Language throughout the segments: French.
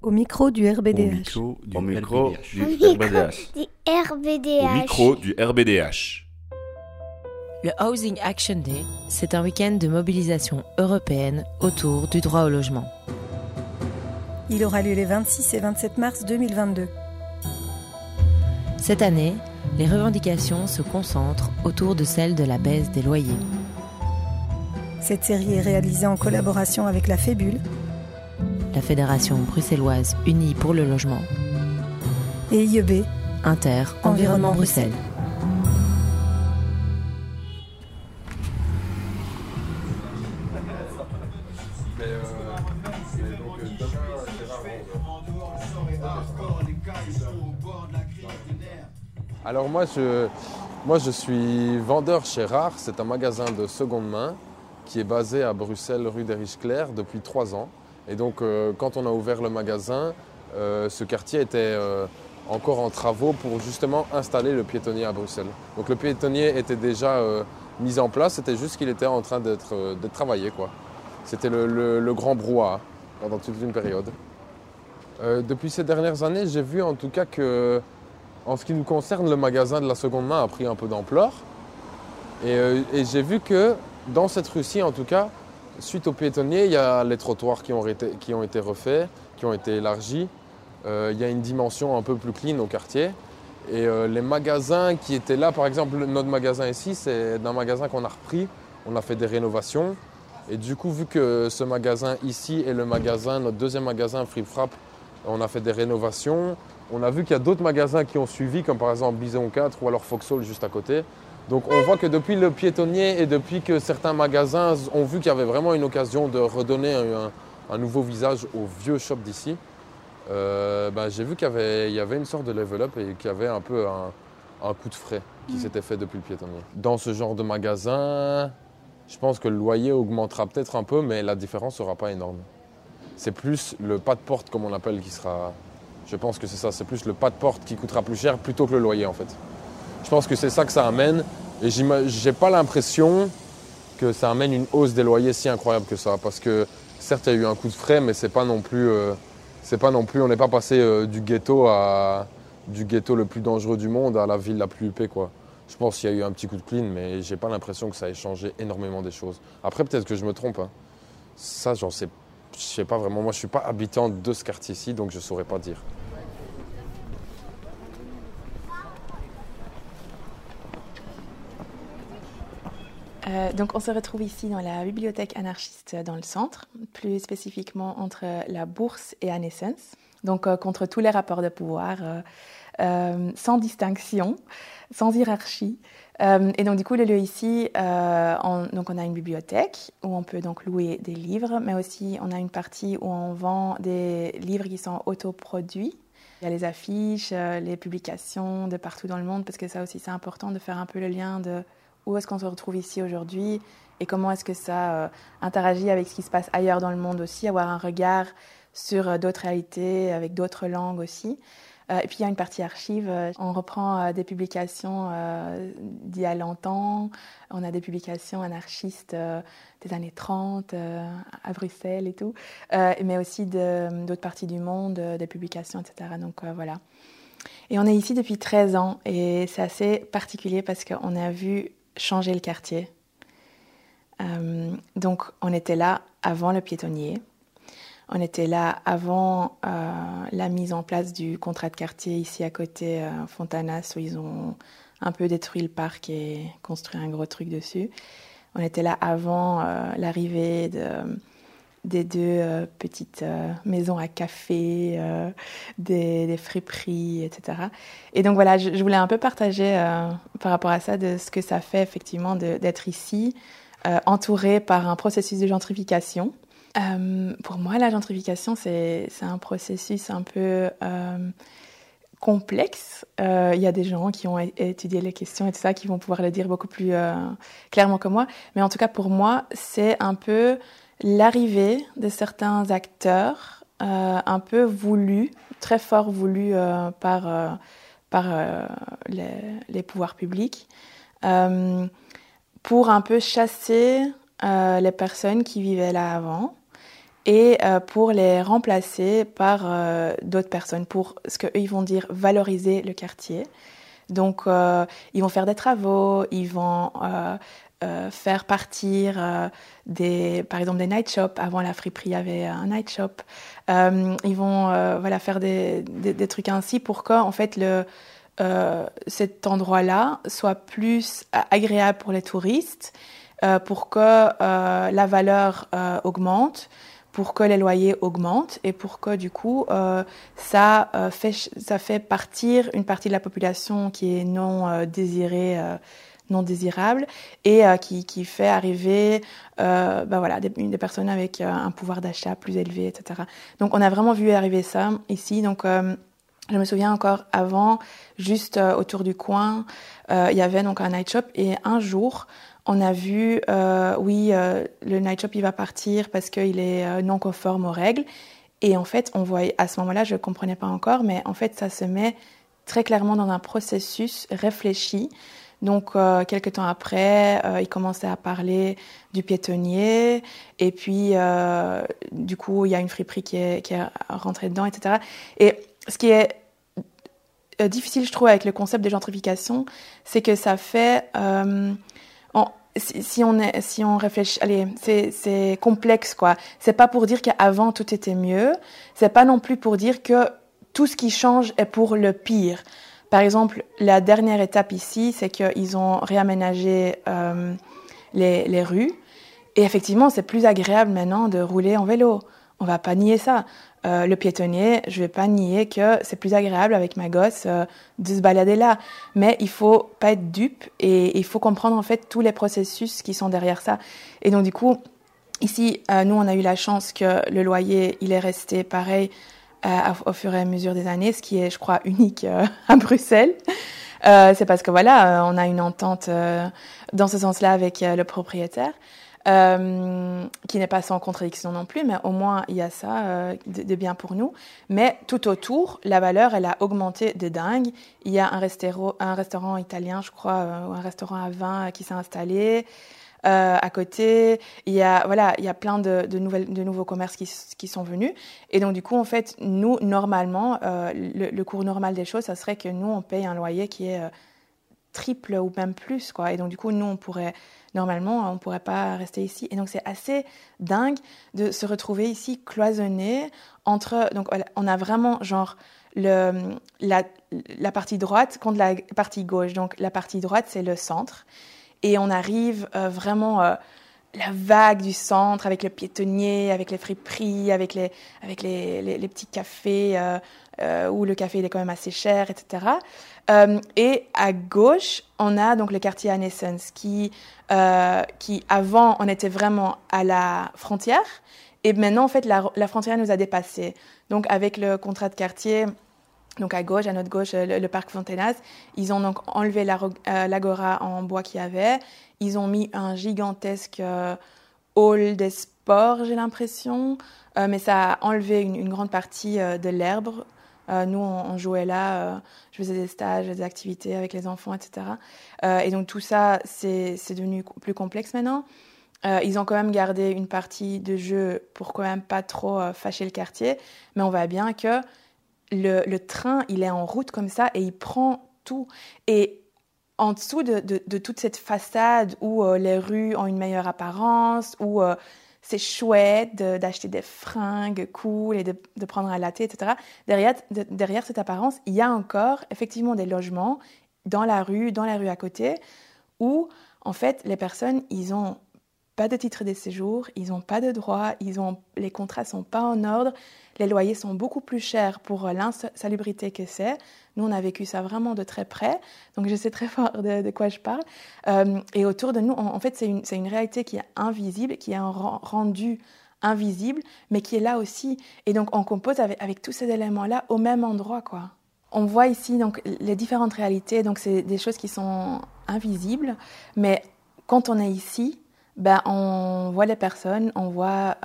Au micro du RBDH. Au micro du RBDH. Au micro du RBDH. Le Housing Action Day, c'est un week-end de mobilisation européenne autour du droit au logement. Il aura lieu les 26 et 27 mars 2022. Cette année, les revendications se concentrent autour de celle de la baisse des loyers. Cette série est réalisée en collaboration avec la Fébule, La Fédération bruxelloise unie pour le logement et IEB, Inter Environnement Bruxelles. Alors moi je suis vendeur chez Rare, c'est un magasin de seconde main qui est basé à Bruxelles rue des Riches-Clairs depuis 3 ans. Et donc quand on a ouvert le magasin, ce quartier était encore en travaux pour justement installer le piétonnier à Bruxelles. Donc le piétonnier était déjà mis en place, c'était juste qu'il était en train d'être travaillé, quoi. C'était le grand brouhaha pendant toute une période. Depuis ces dernières années, j'ai vu en tout cas que en ce qui nous concerne, le magasin de la seconde main a pris un peu d'ampleur. Et j'ai vu que dans cette rue-ci, en tout cas, suite au piétonnier, il y a les trottoirs qui ont été refaits, qui ont été élargis. Il y a une dimension un peu plus clean au quartier. Et les magasins qui étaient là, par exemple, notre magasin ici, c'est un magasin qu'on a repris. On a fait des rénovations. Et du coup, vu que ce magasin ici est le magasin, notre deuxième magasin, Free Frapp, on a fait des rénovations. On a vu qu'il y a d'autres magasins qui ont suivi, comme par exemple Bison 4 ou alors Foxhall juste à côté. Donc on voit que depuis le piétonnier et depuis que certains magasins ont vu qu'il y avait vraiment une occasion de redonner un nouveau visage au vieux shop d'ici, j'ai vu qu'il y avait une sorte de level up et qu'il y avait un peu un coup de frais qui s'était fait depuis le piétonnier. Dans ce genre de magasin, je pense que le loyer augmentera peut-être un peu, mais la différence ne sera pas énorme. C'est plus le pas de porte, comme on l'appelle, qui sera... Je pense que c'est ça, c'est plus le pas de porte qui coûtera plus cher plutôt que le loyer en fait. Je pense que c'est ça que ça amène et j'ai pas l'impression que ça amène une hausse des loyers si incroyable que ça. Parce que certes il y a eu un coup de frais mais c'est pas non plus, on n'est pas passé du ghetto le plus dangereux du monde à la ville la plus huppée, quoi. Je pense qu'il y a eu un petit coup de clean mais j'ai pas l'impression que ça ait changé énormément des choses. Après peut-être que je me trompe, hein. Ça je sais pas vraiment, moi je suis pas habitant de ce quartier-ci donc je saurais pas dire. Donc on se retrouve ici dans la bibliothèque anarchiste dans le centre, plus spécifiquement entre la Bourse et Anessence, donc contre tous les rapports de pouvoir, sans distinction, sans hiérarchie. Et donc du coup le lieu ici, on a une bibliothèque où on peut donc louer des livres, mais aussi on a une partie où on vend des livres qui sont autoproduits. Il y a les affiches, les publications de partout dans le monde, parce que ça aussi c'est important de faire un peu le lien de où est-ce qu'on se retrouve ici aujourd'hui et comment est-ce que ça interagit avec ce qui se passe ailleurs dans le monde aussi, avoir un regard sur d'autres réalités, avec d'autres langues aussi. Et puis il y a une partie archives, on reprend des publications d'il y a longtemps, on a des publications anarchistes des années 30 à Bruxelles et tout, mais aussi d'autres parties du monde, des publications, etc. Donc voilà. Et on est ici depuis 13 ans et c'est assez particulier parce qu'on a vu changer le quartier. Donc on était là avant le piétonnier. On était là avant la mise en place du contrat de quartier ici à côté, Fontanas, où ils ont un peu détruit le parc et construit un gros truc dessus. On était là avant l'arrivée des deux petites maisons à café, des friperies, etc. Et donc voilà, je voulais un peu partager par rapport à ça de ce que ça fait effectivement d'être ici, entouré par un processus de gentrification. Pour moi, la gentrification, c'est un processus un peu complexe. Il y a des gens qui ont étudié les questions et tout ça, qui vont pouvoir le dire beaucoup plus clairement que moi. Mais en tout cas, pour moi, c'est un peu l'arrivée de certains acteurs un peu voulus, très fort voulus par les pouvoirs publics, pour un peu chasser les personnes qui vivaient là avant et pour les remplacer par d'autres personnes, pour ce qu'eux ils vont dire valoriser le quartier. Donc ils vont faire des travaux, ils vont faire partir par exemple des night shops. Avant la friperie, il y avait un night shop. Ils vont faire des trucs ainsi pour que en fait cet endroit-là soit plus agréable pour les touristes, pour que la valeur augmente, pour que les loyers augmentent et pour que du coup ça fait partir une partie de la population qui est non désirée, non désirable, et qui fait arriver des personnes avec un pouvoir d'achat plus élevé, etc. Donc on a vraiment vu arriver ça ici. Donc je me souviens encore avant, juste autour du coin, il y avait donc un night shop, et un jour on a vu, le night shop il va partir parce qu'il est non conforme aux règles. Et en fait, on voyait, à ce moment-là, je ne comprenais pas encore, mais en fait, ça se met très clairement dans un processus réfléchi. Donc, quelques temps après, il commençait à parler du piétonnier. Et puis, du coup, il y a une friperie qui est rentrée dedans, etc. Et ce qui est difficile, je trouve, avec le concept de gentrification, c'est que ça fait... Si on réfléchit, allez, c'est complexe, quoi. C'est pas pour dire qu'avant tout était mieux. C'est pas non plus pour dire que tout ce qui change est pour le pire. Par exemple, la dernière étape ici, c'est qu'ils ont réaménagé les rues. Et effectivement, c'est plus agréable maintenant de rouler en vélo. On va pas nier ça. Le piétonnier, je vais pas nier que c'est plus agréable avec ma gosse de se balader là. Mais il faut pas être dupe et il faut comprendre en fait tous les processus qui sont derrière ça. Et donc du coup, ici, nous on a eu la chance que le loyer, il est resté pareil au fur et à mesure des années, ce qui est, je crois, unique à Bruxelles. C'est parce que voilà, on a une entente dans ce sens-là avec le propriétaire. Qui n'est pas sans contradiction non plus, mais au moins il y a ça de bien pour nous. Mais tout autour, la valeur, elle a augmenté de dingue. Il y a un restaurant italien, je crois, ou un restaurant à vin qui s'est installé à côté. Il y a plein de nouveaux commerces qui sont venus. Et donc du coup, en fait, nous, normalement, le cours normal des choses, ça serait que nous, on paye un loyer qui est triple ou même plus, quoi. Et donc du coup, nous, normalement, on ne pourrait pas rester ici. Et donc, c'est assez dingue de se retrouver ici cloisonné entre... Donc, on a vraiment, genre, la partie droite contre la partie gauche. Donc, la partie droite, c'est le centre. Et on arrive vraiment... la vague du centre avec le piétonnier, avec les friperies, avec les petits cafés où le café il est quand même assez cher, etc. Et à gauche, on a donc le quartier Annesens qui avant, on était vraiment à la frontière. Et maintenant, en fait, la frontière nous a dépassés. Donc, avec le contrat de quartier... Donc à gauche, à notre gauche, le parc Fontenas, ils ont donc enlevé l'agora en bois qu'il y avait. Ils ont mis un gigantesque hall des sports, j'ai l'impression. Mais ça a enlevé une grande partie de l'herbe. Nous, on jouait là, je faisais des stages, des activités avec les enfants, etc. Et donc tout ça, c'est devenu plus complexe maintenant. Ils ont quand même gardé une partie de jeu pour quand même pas trop fâcher le quartier. Mais on voit bien que le train, il est en route comme ça et il prend tout. Et en dessous de toute cette façade où les rues ont une meilleure apparence, où c'est chouette d'acheter des fringues cool et de prendre un latte, etc. Derrière cette apparence, il y a encore effectivement des logements dans la rue à côté, où en fait les personnes, ils ont pas de titre de séjour, ils n'ont pas de droits, les contrats sont pas en ordre, les loyers sont beaucoup plus chers pour l'insalubrité que c'est. Nous, on a vécu ça vraiment de très près, donc je sais très fort de quoi je parle. Et autour de nous, en fait, c'est une réalité qui est invisible, qui est rendue invisible, mais qui est là aussi. Et donc, on compose avec tous ces éléments-là au même endroit, quoi. On voit ici donc les différentes réalités, donc c'est des choses qui sont invisibles, mais quand on est ici, on voit les personnes, on voit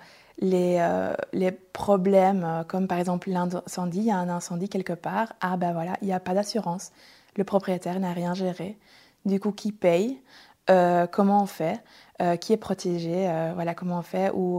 les problèmes, comme par exemple l'incendie, il y a un incendie quelque part, il n'y a pas d'assurance, le propriétaire n'a rien géré, du coup qui paye, comment on fait, qui est protégé, comment on fait, ou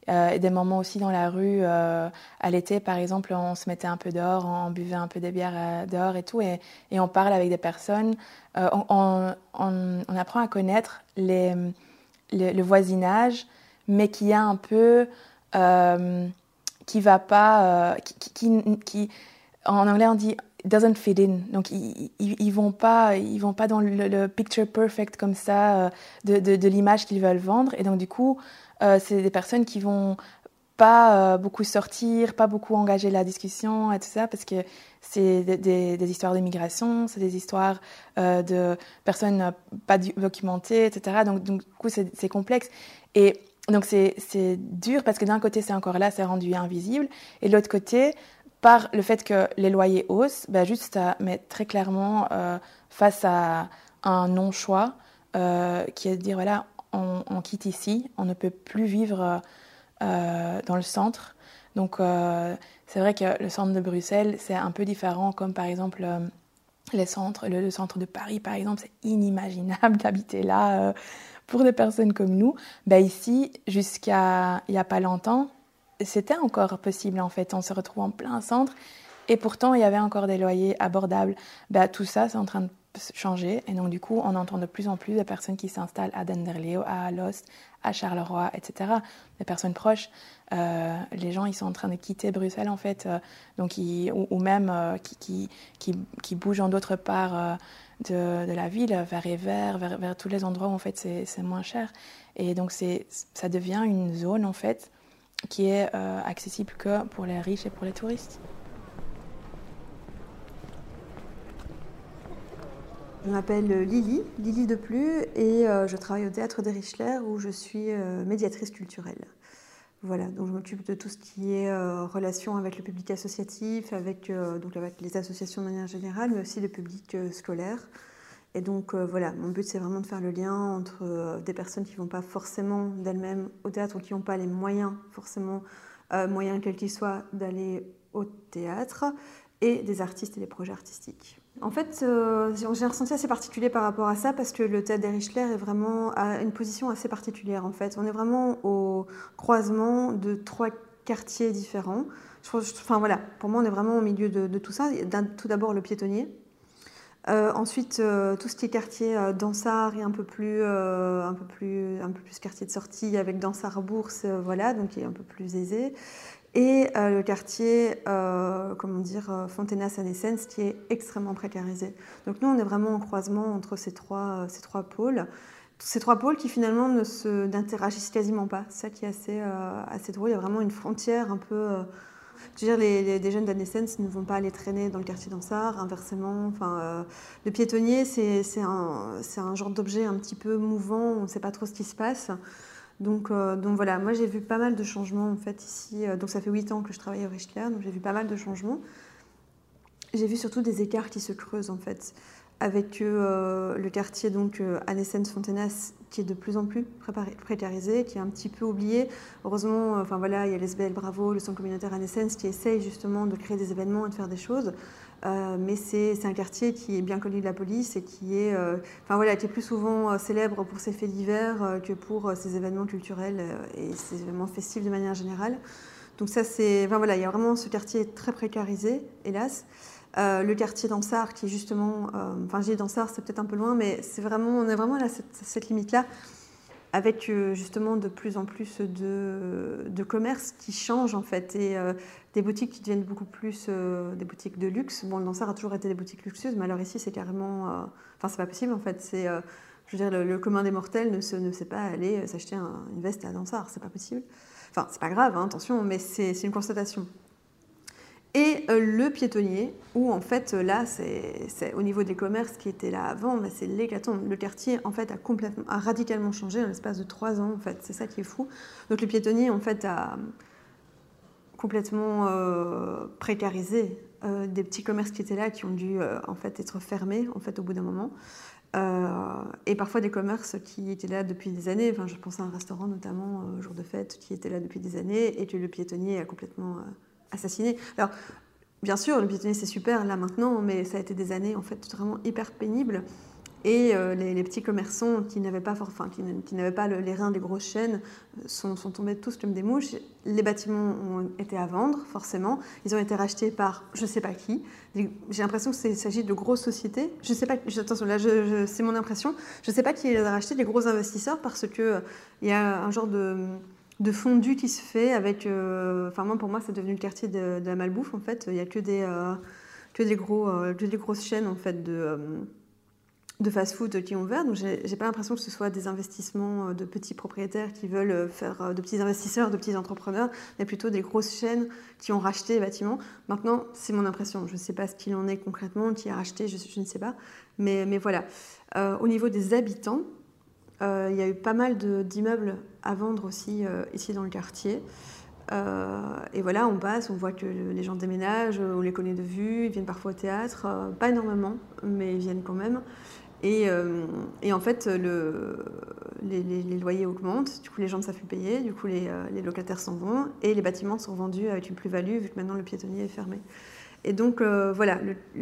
Et des moments aussi dans la rue, à l'été par exemple, on se mettait un peu dehors, on buvait un peu des bières dehors et tout, et on parle avec des personnes. On apprend à connaître le voisinage, mais qui a un peu... qui va pas... qui, en anglais, on dit « doesn't fit in ». Donc, ils vont pas dans le picture perfect comme ça de l'image qu'ils veulent vendre. Et donc, du coup, c'est des personnes qui vont pas beaucoup sortir, pas beaucoup engager la discussion et tout ça, parce que c'est des histoires d'immigration, c'est des histoires de personnes pas documentées, etc. Donc, du coup, c'est complexe. Et donc, c'est dur parce que d'un côté, c'est encore là, c'est rendu invisible. Et de l'autre côté, par le fait que les loyers haussent, juste ça met très clairement face à un non-choix qui est de dire, voilà, on quitte ici, on ne peut plus vivre dans le centre. Donc, c'est vrai que le centre de Bruxelles, c'est un peu différent, comme par exemple le centre de Paris, par exemple, c'est inimaginable d'habiter là pour des personnes comme nous. Ici, jusqu'à il n'y a pas longtemps, c'était encore possible en fait. On se retrouve en plein centre et pourtant il y avait encore des loyers abordables. Tout ça, c'est en train de changer et donc du coup, on entend de plus en plus de personnes qui s'installent à Denderleeuw, à Alost, à Charleroi, etc. Des personnes proches. Les gens, ils sont en train de quitter Bruxelles en fait, donc ou même qui bougent en d'autres parts de la ville, vers Evere, vers tous les endroits où en fait c'est moins cher. Et donc ça devient une zone en fait qui est accessible que pour les riches et pour les touristes. Je m'appelle Lily Deplu et je travaille au Théâtre des Richler où je suis médiatrice culturelle. Voilà, donc je m'occupe de tout ce qui est relation avec le public associatif, avec les associations de manière générale, mais aussi le public scolaire. Et donc voilà, mon but c'est vraiment de faire le lien entre des personnes qui ne vont pas forcément d'elles-mêmes au théâtre ou qui n'ont pas les moyens, forcément moyens quels qu'ils soient, d'aller au théâtre, et des artistes et des projets artistiques. En fait, j'ai un ressenti assez particulier par rapport à ça parce que le Théâtre des Richler est vraiment à une position assez particulière en fait. On est vraiment au croisement de 3 quartiers différents. Enfin voilà, pour moi on est vraiment au milieu de tout ça. Tout d'abord le piétonnier. Ensuite, tout ce qui est quartier Dansart et un peu plus quartier de sortie avec Dansart Bourse, voilà, donc qui est un peu plus aisé. Et le quartier, Fontenas-Anessens, qui est extrêmement précarisé. Donc nous, on est vraiment au croisement entre ces trois pôles. Ces 3 pôles qui finalement n'interagissent quasiment pas. C'est ça qui est assez drôle. Il y a vraiment une frontière un peu... Je veux dire, les jeunes d'Anessens ne vont pas aller traîner dans le quartier Dansart, inversement. Le piétonnier, c'est un genre d'objet un petit peu mouvant, on ne sait pas trop ce qui se passe. Donc voilà, moi j'ai vu pas mal de changements en fait ici. Donc ça fait 8 ans que je travaille au Richler, donc j'ai vu pas mal de changements. J'ai vu surtout des écarts qui se creusent en fait, avec le quartier donc Anessens-Fontenas qui est de plus en plus précarisé, qui est un petit peu oublié. Heureusement, il y a l'SBL Bravo, le centre communautaire Anessens qui essaye justement de créer des événements et de faire des choses. Mais c'est un quartier qui est bien connu de la police et qui est plus souvent célèbre pour ses faits divers que pour ses événements culturels et ses événements festifs de manière générale. Donc ça, il y a vraiment ce quartier très précarisé, hélas. Le quartier Dansart qui est justement, je dis Dansart, c'est peut-être un peu loin, mais on est vraiment à cette limite-là, avec justement de plus en plus de commerces qui changent en fait, et des boutiques qui deviennent beaucoup plus des boutiques de luxe. Bon, le Dansart a toujours été des boutiques luxueuses, mais alors ici c'est carrément, c'est pas possible en fait. Je veux dire, le commun des mortels ne sait pas aller s'acheter une veste à Dansart, c'est pas possible. Enfin, c'est pas grave, hein, attention, mais c'est une constatation. Et le piétonnier, où en fait là, c'est au niveau des commerces qui étaient là avant, c'est l'hécatombe. Le quartier en fait a radicalement changé en l'espace de 3 ans en fait, c'est ça qui est fou. Donc le piétonnier en fait a complètement précarisé des petits commerces qui étaient là, qui ont dû en fait être fermés en fait au bout d'un moment. Et parfois des commerces qui étaient là depuis des années. Enfin, je pense à un restaurant notamment jour de fête qui était là depuis des années et que le piétonnier a complètement assassiné. Alors, bien sûr, le piétonnier c'est super là maintenant, mais ça a été des années en fait vraiment hyper pénibles. Et les petits commerçants qui n'avaient pas, les reins des grosses chaînes sont tombés tous comme des mouches. Les bâtiments ont été à vendre, forcément. Ils ont été rachetés par je ne sais pas qui. J'ai l'impression qu'il s'agit de grosses sociétés. Je sais pas, attention, là, c'est mon impression. Je ne sais pas qui les a rachetés, des gros investisseurs, parce qu'il y a un genre de fondu qui se fait avec... pour moi, c'est devenu le quartier de la malbouffe, en fait. Il n'y a que des grosses chaînes, en fait, de fast-food qui ont ouvert, donc j'ai pas l'impression que ce soit des investissements de petits propriétaires qui veulent faire de petits investisseurs, de petits entrepreneurs, mais plutôt des grosses chaînes qui ont racheté les bâtiments. Maintenant, c'est mon impression, je ne sais pas ce qu'il en est concrètement, qui a racheté, je ne sais pas, mais voilà. Au niveau des habitants, il y a eu pas mal d'immeubles à vendre aussi ici dans le quartier. Et voilà, on passe, on voit que les gens déménagent, on les connaît de vue, ils viennent parfois au théâtre, pas énormément, mais ils viennent quand même. Et en fait, les loyers augmentent, du coup les gens ne savent plus payer, du coup les locataires s'en vont, et les bâtiments sont vendus avec une plus-value, vu que maintenant le piétonnier est fermé. Et donc voilà,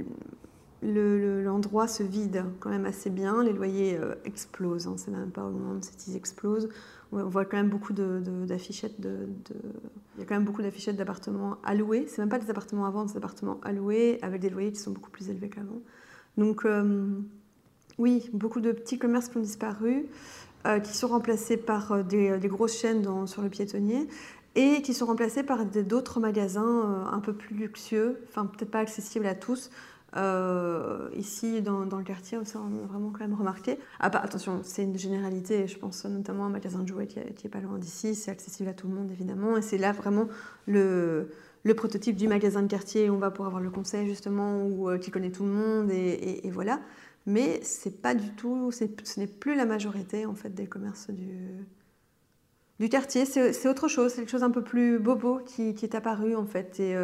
l'endroit se vide quand même assez bien, les loyers explosent, hein, c'est même pas augmentent, ils explosent. On voit quand même beaucoup d'affichettes il y a quand même beaucoup d'affichettes d'appartements à louer. C'est même pas des appartements à vendre, c'est des appartements à louer avec des loyers qui sont beaucoup plus élevés qu'avant. Donc oui, beaucoup de petits commerces qui ont disparu, qui sont remplacés par des grosses chaînes sur le piétonnier et qui sont remplacés par d'autres magasins un peu plus luxueux, enfin peut-être pas accessibles à tous. Ici dans le quartier, on a vraiment quand même remarqué. Attention, c'est une généralité, je pense notamment à un magasin de jouets qui est pas loin d'ici, c'est accessible à tout le monde évidemment, et c'est là vraiment le prototype du magasin de quartier où on va pouvoir avoir le conseil justement, qui connaît tout le monde, et voilà. Mais c'est pas du tout, ce n'est plus la majorité en fait des commerces du quartier, c'est autre chose, c'est quelque chose un peu plus bobo qui est apparu en fait, et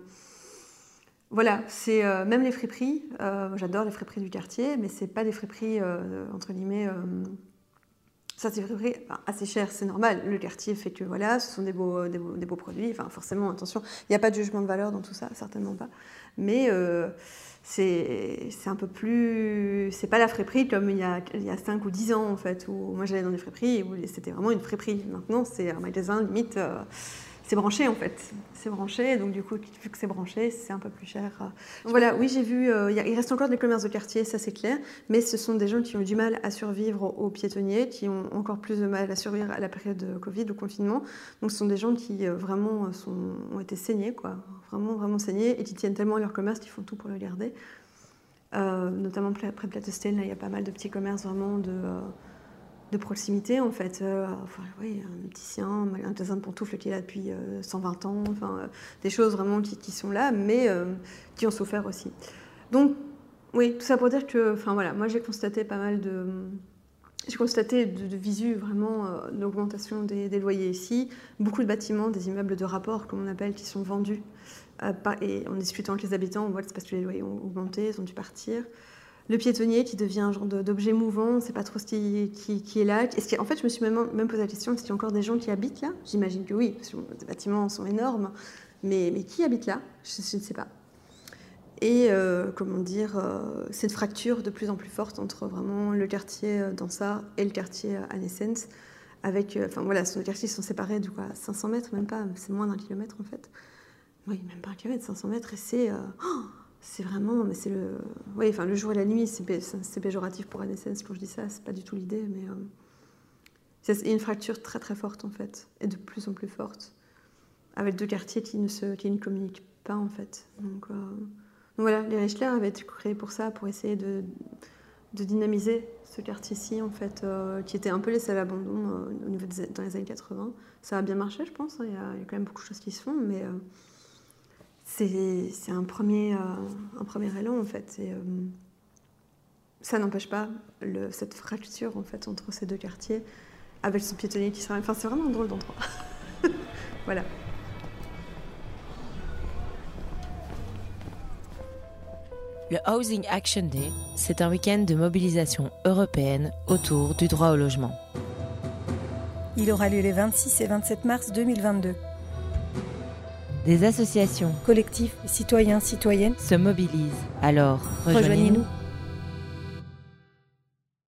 voilà, c'est même les friperies, j'adore les friperies du quartier, mais c'est pas des friperies, entre guillemets, ça c'est des friperies assez chères, c'est normal, le quartier fait que voilà, ce sont des beaux produits, enfin forcément, attention, il n'y a pas de jugement de valeur dans tout ça, certainement pas, mais c'est un peu plus, c'est pas la friperie comme il y a 5 ou 10 ans en fait, où moi j'allais dans des friperies où c'était vraiment une friperie, maintenant c'est un magasin limite... c'est branché en fait, c'est branché, donc du coup, vu que c'est branché, c'est un peu plus cher. Voilà, oui, j'ai vu, il reste encore des commerces de quartier, ça c'est clair, mais ce sont des gens qui ont eu du mal à survivre aux piétonniers, qui ont encore plus de mal à survivre à la période de Covid, au confinement. Donc ce sont des gens qui vraiment ont été saignés, quoi, vraiment saignés, et qui tiennent tellement à leur commerce qu'ils font tout pour le garder. Notamment près de Platestein, là, il y a pas mal de petits commerces vraiment de proximité en fait, oui, un opticien, un magasin de pantoufles qui est là depuis 120 ans, des choses vraiment qui sont là, mais qui ont souffert aussi. Donc oui, tout ça pour dire que, voilà, moi j'ai constaté pas mal de visu vraiment l'augmentation des loyers ici, beaucoup de bâtiments, des immeubles de rapport comme on appelle, qui sont vendus, et en discutant avec les habitants, on voit que c'est parce que les loyers ont augmenté, ils ont dû partir. Le piétonnier qui devient un genre d'objet mouvant, on ne sait pas trop ce qui est là. En fait, je me suis même posé la question, est-ce qu'il y a encore des gens qui habitent là ? J'imagine que oui, parce que les bâtiments sont énormes, mais qui habite là ? Je ne sais pas. Et cette fracture de plus en plus forte entre vraiment le quartier Dansart et le quartier Annesens, avec, nos quartiers sont séparés de 500 mètres, même pas, c'est moins d'1 kilomètre en fait. Oui, même pas 1 kilomètre, 500 mètres, et c'est vraiment, mais c'est le... Oui, le jour et la nuit, c'est péjoratif pour Annesens quand je dis ça, c'est pas du tout l'idée, mais c'est une fracture très très forte en fait, et de plus en plus forte, avec 2 quartiers qui ne communiquent pas en fait. Donc voilà, les Richler avaient été créés pour ça, pour essayer de dynamiser ce quartier-ci en fait, qui était un peu laissé à l'abandon dans les années 80. Ça a bien marché, je pense, il y a quand même beaucoup de choses qui se font, mais... c'est un premier élan en fait. Et, ça n'empêche pas cette fracture en fait entre ces 2 quartiers avec ce piétonnier qui sera. C'est vraiment un drôle d'endroit. Voilà. Le Housing Action Day, c'est un week-end de mobilisation européenne autour du droit au logement. Il aura lieu les 26 et 27 mars 2022. Des associations, collectifs, citoyens, citoyennes se mobilisent. Alors, rejoignez-nous.